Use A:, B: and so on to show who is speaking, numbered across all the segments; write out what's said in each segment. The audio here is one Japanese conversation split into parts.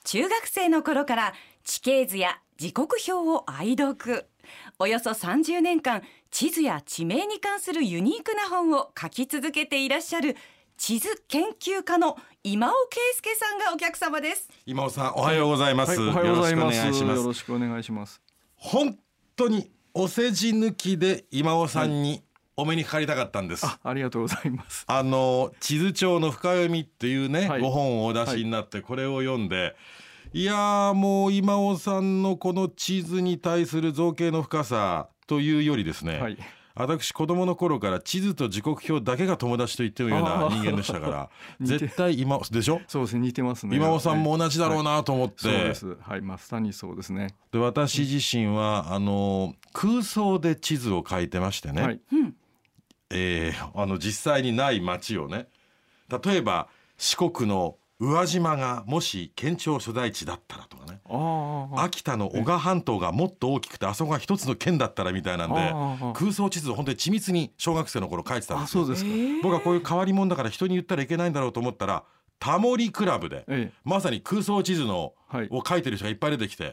A: 中学生の頃から地形図や時刻表を愛読。およそ30年間地図や地名に関するユニークな本を書き続けていらっしゃる地図研究家の今尾圭介さんがお客様です。
B: 今尾さん、おはようございます。
C: はい、おはようございます。
B: よろしくお願いします。本当にお世辞抜きで今尾さんにお目にかかりたかったんです。
C: ありがとうございます。
B: 地図帳の深読みっていうね、
C: はい
B: ご本をお出しになってこれを読んで、いやーもう今尾さんのこの地図に対する造形の深さというよりですね、
C: はい、
B: 私子供の頃から地図と時刻表だけが友達と言ってもいいような人間でしたから絶対今でしょ。
C: そうですね、似てますね。
B: 今尾さんも同じだろうなと思って、
C: そうです。はい、まさにそうですね。
B: で私自身は空想で地図を書いてましてね、
C: はい、
B: 実際にない町をね、例えば四国の宇和島がもし県庁所在地だったらとかね、秋田の男鹿半島がもっと大きくてあそこが一つの県だったらみたいなんで、空想地図を本当に緻密に小学生の頃書いてたんですよ。
C: そうですか。
B: 僕はこういう変わり者だから人に言ったらいけないんだろうと思ったら、タモリクラブで、まさに空想地図を書いてる人がいっぱい出てきて、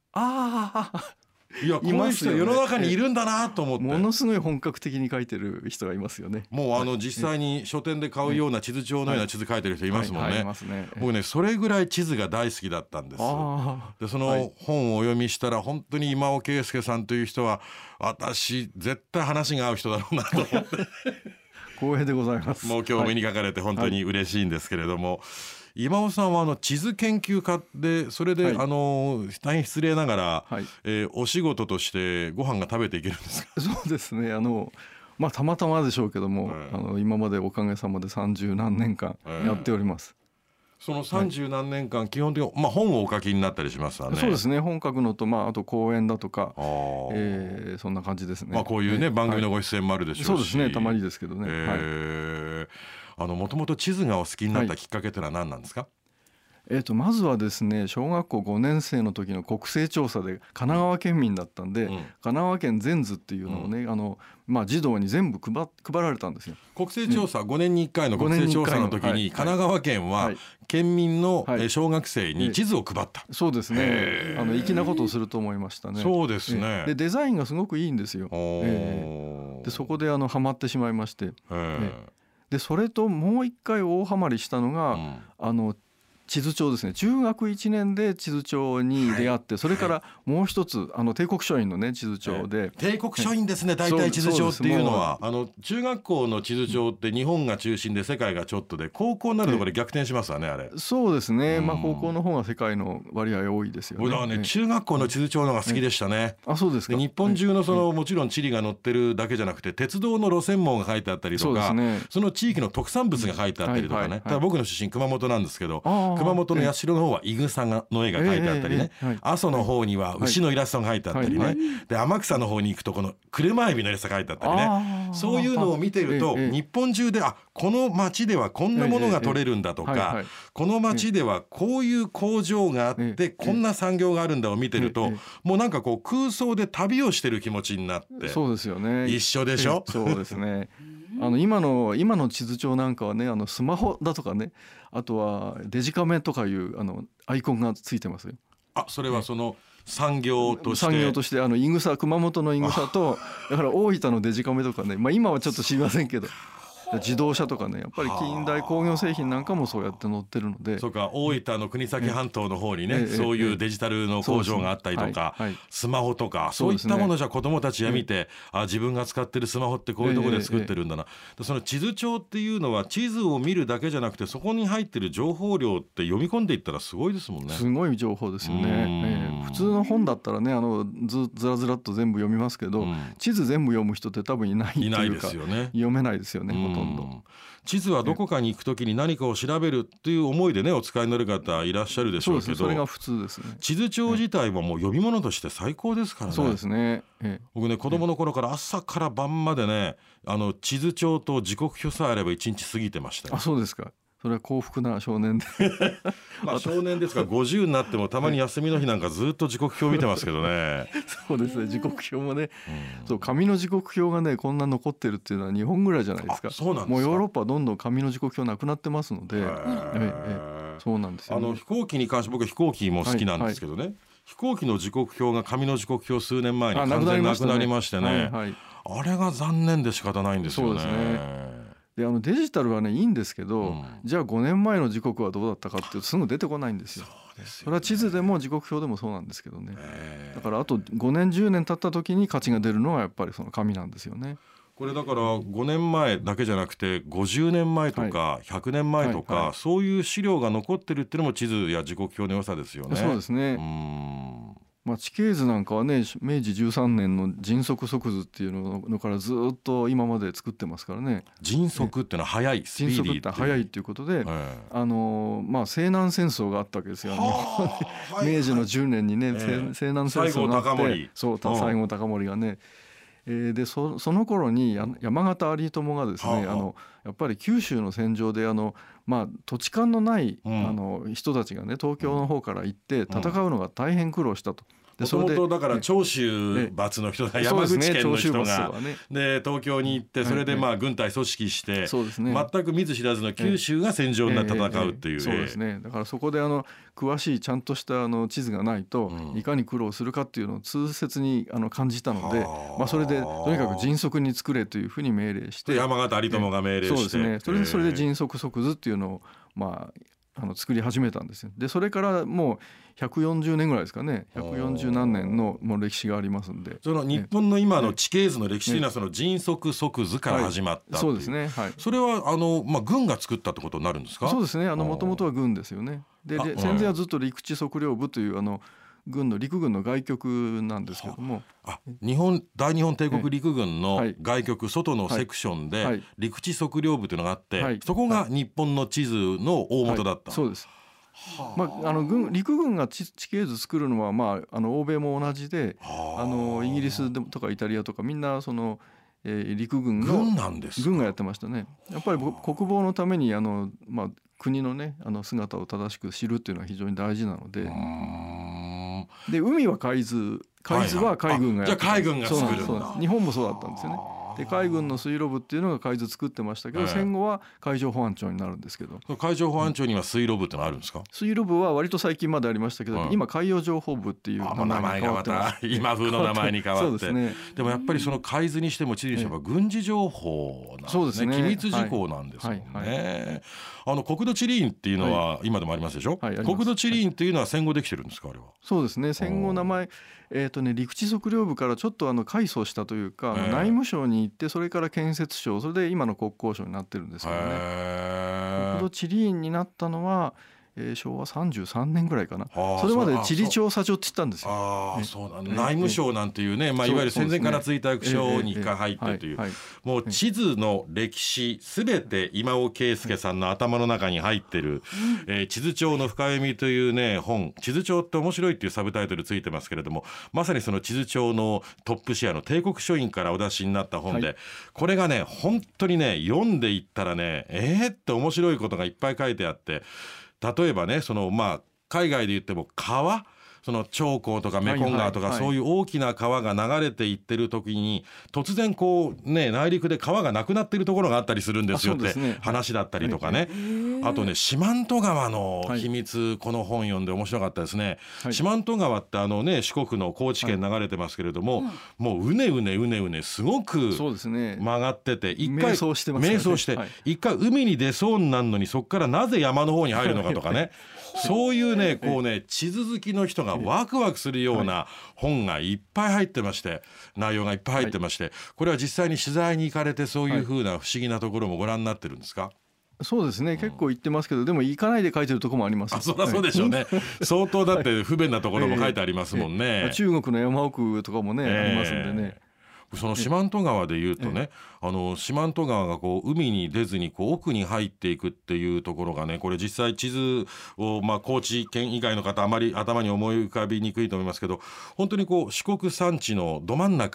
B: いやこういう人世の中にいるんだなと思って、
C: ものすごい本格的に書いてる人がいますよね。
B: もう実際に書店で買うような地図帳のような地図書いてる人いますもんね。僕ねそれぐらい地図が大好きだったんです。でその本をお読みしたら本当に今尾圭介さんという人は私絶対話が合う人だろうなと思って
C: 光栄でございます。
B: もう今日お目にかかれて本当に嬉しいんですけれども、今尾さんは地図研究家で、それで、大変失礼ながら、お仕事としてご飯が食べていけるんですか？
C: そうですね、たまたまでしょうけども、今までおかげさまで30何年間やっております。
B: その30何年間、基本的に、本をお書きになったりしますわね。
C: そうですね、本書くのと、あと講演だとか、そんな感じですね。
B: こういうね、番組のご出演もあるでしょうし、
C: そうですね、たまにですけどね。
B: もともと地図がお好きになったきっかけというのは何なんですか？
C: まずはですね、小学校5年生の時の国勢調査で神奈川県民だったんで、神奈川県全図っていうのをね、児童に全部配られたんですよ。
B: 国勢調査、5年に1回の国勢調査の時に神奈川県は県民の小学生に地図を配った。
C: そうですね、粋なことをすると思いましたね。
B: そうですね。
C: でデザインがすごくいいんですよ。でそこでハマってしまいまして、でそれともう一回大ハマりしたのが、地図帳ですね。中学1年で地図帳に出会って、それからもう一つ帝国書院のね地図帳で、
B: 帝国書院ですね、大体地図帳っていうのは。中学校の地図帳って日本が中心で世界がちょっとで、高校になるところで逆転しますわね、あれ。
C: そうですね、高校の方が世界の割合多いですよね。
B: 僕はね、中学校の地図帳の方が好きでしたね。
C: そうですか。
B: 日本中のもちろん地理が載ってるだけじゃなくて、鉄道の路線網が書いてあったりとか、その地域の特産物が書いてあったりとかね。ただ僕の出身熊本なんですけど、熊本の社の方はイグサの絵が描いてあったりね、阿蘇の方には牛のイラストが描いてあったりね、で天草の方に行くとこの車エビのイラストが描いてあったりね、そういうのを見てると日本中でこの町ではこんなものが取れるんだとか、この町ではこういう工場があってこんな産業があるんだを見てると、もうなんかこう空想で旅をしてる気持ちになって。
C: そうですよね。
B: 一緒でしょ。
C: そうですね。今の地図帳なんかはね、スマホだとかね、あとはデジカメとかいうアイコンがついてますよ。
B: それはその産業として
C: 熊本のイグサと、だから大分のデジカメとかね、今はちょっと知りませんけど、自動車とかね、やっぱり近代工業製品なんかもそうやって載ってるので。
B: そうか、大分の国東半島の方にね、そういうデジタルの工場があったりとか、スマホとかそういったものじゃ子どもたちが見て、自分が使ってるスマホってこういうところで作ってるんだな。その地図帳っていうのは地図を見るだけじゃなくて、そこに入ってる情報量って読み込んでいったらすごいですもんね。
C: すごい情報ですよね。普通の本だったらね、ずらずらっと全部読みますけど、地図全部読む人って多分いないというか、
B: いないですよね。
C: 読めないですよね、ほとんど。
B: 地図はどこかに行くときに何かを調べるっていう思いでねお使いになる方いらっしゃるでしょうけど、
C: それが普通ですね。
B: 地図帳自体はもう読み物として最高ですからね。
C: そうですね。
B: 僕ね、子供の頃から朝から晩までね、地図帳と時刻表さえあれば一日過ぎてましたよ。
C: そうですか。それは幸福な少年で
B: 少年ですが50になってもたまに休みの日なんかずっと時刻表見てますけどね。
C: そうですね、時刻表もね、紙の時刻表がねこんな残ってるっていうのは日本ぐらいじゃないですか。
B: そうなんですか。
C: もうヨーロッパはどんどん紙の時刻表なくなってますので。 そうなんですよね。
B: 飛行機に関して僕は飛行機も好きなんですけどね、飛行機の時刻表が紙の時刻表数年前に完全になくなりましてね、あれが残念で仕方ないんですよね。
C: そうですね。でデジタルはねいいんですけど、じゃあ5年前の時刻はどうだったかっていうとすぐ出てこないんですよ。それは地図でも時刻表でもそうなんですけどね、だからあと5年10年経った時に価値が出るのはやっぱりその紙なんですよね。
B: これだから5年前だけじゃなくて50年前とか100年前とか、そういう資料が残ってるっていうのも地図や時刻表の良さですよね。
C: そうですね。地形図なんかはね明治13年の迅速即図っていうのからずっと今まで作ってますからね。
B: 迅速っていうのは速い、スピーディーっていう。迅速って
C: 速いっていうことで、西南戦争があったわけですよ。明治の10年にね、西南戦争があって、西郷隆盛がね、でその頃に山形有朋がですね、やっぱり九州の戦場で土地勘のない人たちがね東京の方から行って戦うのが大変苦労したと。
B: もともとだから長州閥の人が山口県の人がで東京に行ってそれで軍隊組織して全く見ず知らずの九州が戦場になって戦うっていう。
C: そうですね。だからそこで詳しいちゃんとした地図がないといかに苦労するかっていうのを痛切に感じたので、それでとにかく迅速に作れというふうに命令して、
B: 山形有朋が命令して、
C: そうですね。それで迅速即図っていうのを作り始めたんですよ。でそれからもう140年ぐらいですかね、140何年のもう歴史がありますんで、
B: その日本の今の地形図の歴史というのはその迅速即図から始まったっていう。
C: そうですね。
B: それは軍が作ったってことになるんですか？
C: そうですね。もともとは軍ですよね。で戦前はずっと陸地測量部という陸軍の外局なんですけども、
B: 大日本帝国陸軍の外局、外のセクションで陸地測量部というのがあって、そこが日本の地図の大元だった。
C: そうです。陸軍が地形図作るのは欧米も同じで、イギリスとかイタリアとかみんな陸軍がやってましたね。やっぱり国防のために国のね姿を正しく知るっていうのは非常に大事なので。で海は海図は海軍がやってた。
B: じゃあ海軍が作るんだ。
C: 日本もそうだったんですよね。で海軍の水路部っていうのが海図作ってましたけど、戦後は海上保安庁になるんですけど。
B: 海上保安庁には水路部ってのあるんですか？
C: 水路部は割と最近までありましたけど、今海洋情報部っていう名前に変わってます。
B: 今風の名前に変わって。
C: そうですね。
B: でもやっぱりその海図にしても地図にしても軍事情報なんですね。機密事項なんですもんね。国土地理院っていうのは今でもありますでしょ？国土地理院っていうのは戦後できてるんですか？あれは。
C: そうですね。戦後名前陸地測量部からちょっと改装したというか、内務省に行ってそれから建設省、それで今の国交省になってるんですけどね。国土地理院になったのは昭和33年ぐらいかな。それまで地理調査所って言ったんですよ。
B: そうなんだ。内務省なんていうね、いわゆる戦前から続いた役所に入ってという、もう地図の歴史すべて今尾圭介さんの頭の中に入ってる地図帳の深読みというね本、地図帳って面白いっていうサブタイトルついてますけれども、まさにその地図帳のトップシェアの帝国書院からお出しになった本で、これがね本当にね読んでいったらねって面白いことがいっぱい書いてあって、例えばね海外で言っても川、その長江とかメコン川とかそういう大きな川が流れていってる時に突然内陸で川がなくなっているところがあったりするんですよって話だったりとかね。あとね四万十川の秘密、この本読んで面白かったですね。四万十川って四国の高知県流れてますけれども、もううねうねすごく曲がってて、一回迷走して一回海に出そうになるのにそこからなぜ山の方に入るのかとかねそういうね地図好きの人がワクワクするような本がいっぱい入ってまして、内容がいっぱい入ってまして、これは実際に取材に行かれてそういう風な不思議なところもご覧になってるんですか？
C: そうですね、結構行ってますけど、でも行かないで書いてるところもあります。
B: そりゃそうでしょうね。相当だって不便なところも書いてありますもんね。
C: 中国の山奥とかもね、ありますんでね。
B: その四万十川でいうとね、四万十川が海に出ずに奥に入っていくっていうところがね、これ実際地図を高知県以外の方あまり頭に思い浮かびにくいと思いますけど、本当に四国山地のど真ん中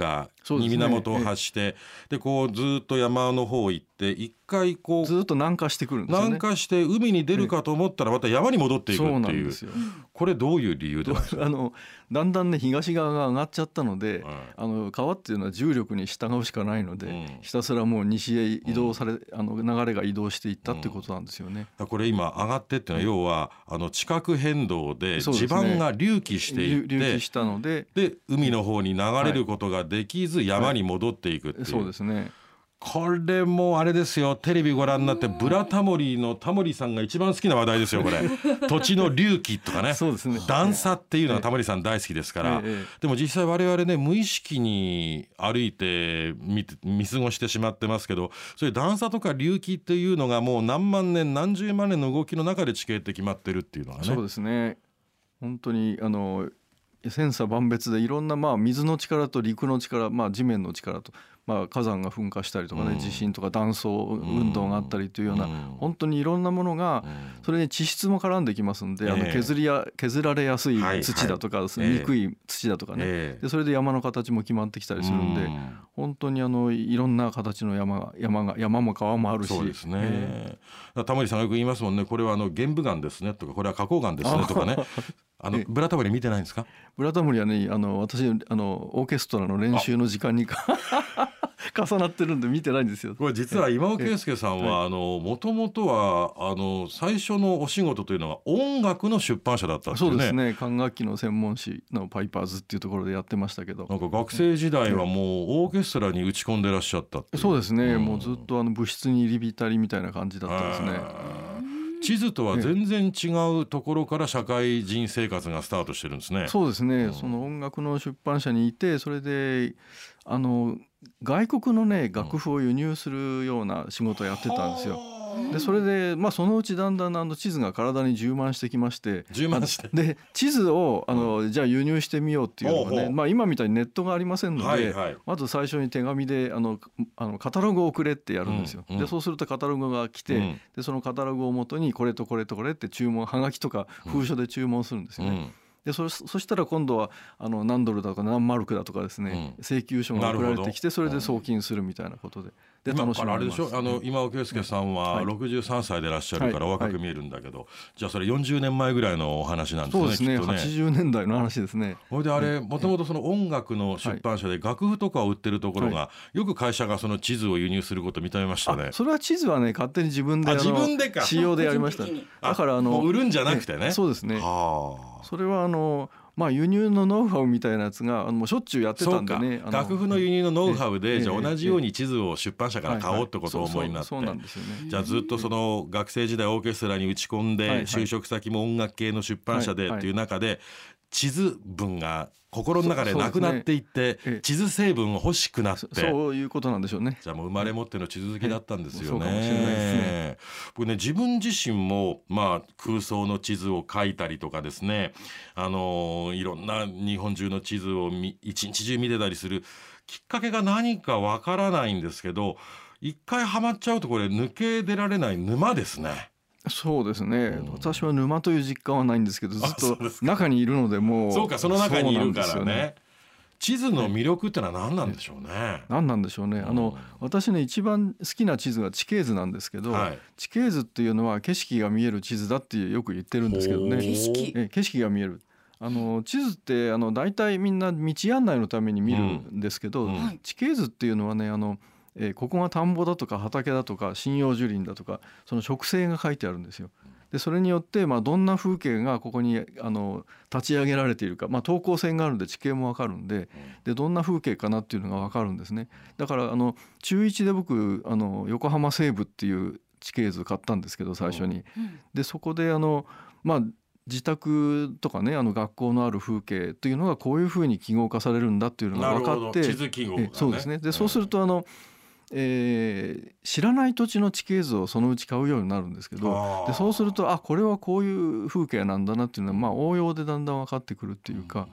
B: に源を発して、でこうずっと山の方行って一回こう
C: ずっと南下してくるんですよね。
B: 南下して海に出るかと思ったらまた山に戻っていくっていう、これどういう理由でなんですか？
C: だんだんね東側が上がっちゃったので、川っていうのは重力に従うしかないので、ひたすらもう西へ移動され、流れが移動していったってことなんですよね。
B: これ今上がってっていうのは要は地殻変動で地盤が隆起していって、
C: 隆起したので
B: 海の方に流れることができず山に戻っていくっていう、
C: そうですね。
B: これもあれですよ、テレビご覧になってブラタモリのタモリさんが一番好きな話題ですよこれ土地の隆起とかね、
C: そうですね、
B: 段差っていうのはタモリさん大好きですから、でも実際我々ね無意識に歩いて見過ごしてしまってますけど、そういう段差とか隆起っていうのがもう何万年何十万年の動きの中で地形って決まってるっていうのがね。
C: そうですね、本当に千差万別でいろんな水の力と陸の力、地面の力と、火山が噴火したりとかね、地震とか断層運動があったりというような、本当にいろんなものが、それに地質も絡んできますんで、削られやすい土だとか、憎い土だとかね、でそれで山の形も決まってきたりするんで、本当にいろんな形の山も川もあるし。
B: そうですね、タモリさんがよく言いますもんね、これは玄武岩ですねとか、これは花崗岩ですねとかねブラタモリ見てないんですか？
C: ブラタモリはね、私オーケストラの練習の時間に重なってるんで見てないんですよ。
B: これ実は今尾圭介さんはもともとは最初のお仕事というのは音楽の出版社だったっていうね。
C: そうですね、管楽器の専門誌のパイパーズっていうところでやってましたけど、
B: なんか学生時代はもうオーケストラに打ち込んでらっしゃったっていう。
C: そうですね、もうずっと部室に入り浸りみたいな感じだったですね。
B: 地図とは全然違うところから社会人生活がスタートしてるんですね。
C: そうですね、その音楽の出版社にいて、それで外国のね楽譜を輸入するような仕事をやってたんですよ。でそれでそのうちだんだん地図が体に充満してきまして、で地図をじゃあ輸入してみようっていうのがね、今みたいにネットがありませんので、まず最初に手紙でカタログをくれってやるんですよ。でそうするとカタログが来て、でそのカタログをもとにこれとこれとこれって注文、はがきとか封書で注文するんですよね。でそしたら今度は何ドルだとか何マルクだとかですね、請求書が送られてきて、それで送金するみたいなことで、楽しみます。
B: あれでしょ、今尾圭介さんは63歳でいらっしゃるから若く見えるんだけど、じゃあそれ40年前ぐらいのお話なんですね。
C: そうですね、80年代の話ですね。
B: それであれもともとその音楽の出版社で楽譜とかを売ってるところが、よく会社がその地図を輸入することを認めましたね。
C: それは地図はね勝手に自分で仕様でやりました。だから
B: 売るんじゃなくてね。
C: そうですね。それは輸入のノウハウみたいなやつがもうしょっちゅうやってたんでね。
B: 楽譜の輸入のノウハウで、じゃあ同じように地図を出版社から買おうってことを思いになって、
C: そうなんですよね。
B: じゃあずっとその学生時代オーケストラに打ち込んで、就職先も音楽系の出版社でっていう中で、地図文が心の中でなくなっていって、地図成分が欲しくなって、
C: そういうことなんでしょうね。
B: じゃあもう生まれ持っての地図好きだったんですよね。
C: そうかもしれないですね。
B: 僕ね、自分自身も空想の地図を描いたりとかですね、いろんな日本中の地図を一日中見てたりするきっかけが何かわからないんですけど、一回ハマっちゃうとこれ抜け出られない沼ですね。
C: そうですね、私は沼という実感はないんですけど、ずっと中にいるので、もう
B: そうか、その中にいるからね。地図の魅力ってのは何なんでしょうね。
C: 何なんでしょうね。私ね一番好きな地図は地形図なんですけど、地形図っていうのは景色が見える地図だってよく言ってるんですけどね。景色が見える。地図って大体みんな道案内のために見るんですけど、地形図っていうのはねここが田んぼだとか畑だとか針葉樹林だとか、その植生が書いてあるんですよ。でそれによってどんな風景がここに立ち上げられているか、等高線があるんで地形も分かるんで、どんな風景かなっていうのが分かるんですね。だから中1で僕横浜西部っていう地形図買ったんですけど、最初に。でそこで自宅とかね学校のある風景というのがこういうふうに記号化されるんだっていうのが分かって、
B: 地図記号がね。
C: そうですね。でそうすると知らない土地の地形図をそのうち買うようになるんですけど、でそうするとこれはこういう風景なんだなっていうのは応用でだんだん分かってくるっていうか、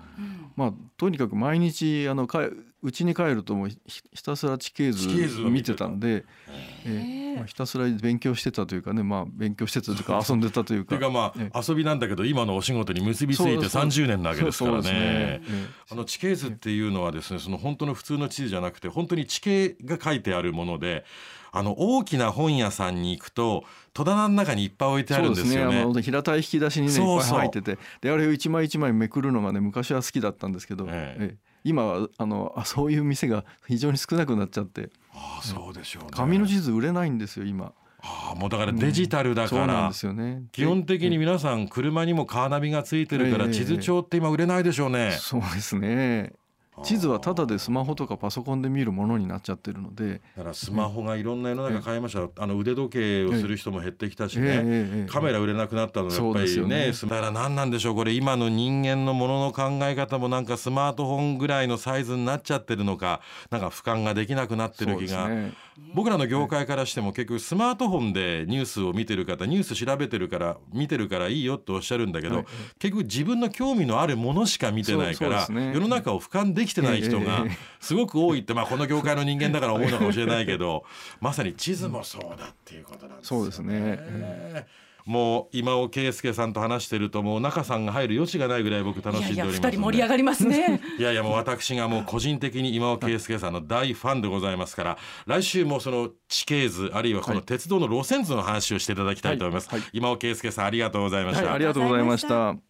C: とにかく毎日家に帰るともうひたすら地形図見てたんで、ひたすら勉強してたというかね、勉強してたというか遊んでたというか
B: 遊びなんだけど今のお仕事に結びついて30年なわけですからね。地形図っていうのはですね、その本当の普通の地図じゃなくて本当に地形が書いてあるもので、大きな本屋さんに行くと戸棚の中にいっぱい置いてあるんですよね。
C: 平たい引き出しにねいっぱい入ってて、であれを一枚一枚めくるのがね昔は好きだったんですけど、今はそういう店が非常に少なくなっちゃって、
B: そうでしょうね、
C: 紙の地図売れないんですよ今。
B: もうだからデジタルだから、
C: そうなんですよね。
B: 基本的に皆さん車にもカーナビがついてるから地図帳って今売れないでしょうね。
C: そうですね。地図はただでスマホとかパソコンで見るものになっちゃってるので、
B: だからスマホがいろんな世の中変えました。腕時計をする人も減ってきたしね、カメラ売れなくなったのはやっぱりね。だから何なんでしょうこれ、今の人間のものの考え方もなんかスマートフォンぐらいのサイズになっちゃってるのか、なんか俯瞰ができなくなってる気が、僕らの業界からしても結局スマートフォンでニュースを見てる方、ニュース調べてるから見てるからいいよとおっしゃるんだけど、結局自分の興味のあるものしか見てないから、世の中を俯瞰できてない人がすごく多いって、この業界の人間だから思うのかもしれないけどまさに地図もそうだっていうことなんですよね。
C: そうですね。
B: もう今尾圭介さんと話してるともう中さんが入る余地がないぐらい僕楽しんでおりますので、
A: 2人盛り上がりますね。
B: もう私がもう個人的に今尾圭介さんの大ファンでございますから、来週もその地形図あるいはこの鉄道の路線図の話をしていただきたいと思います。今尾圭介さんありがとうございました。
C: ありがとうございました。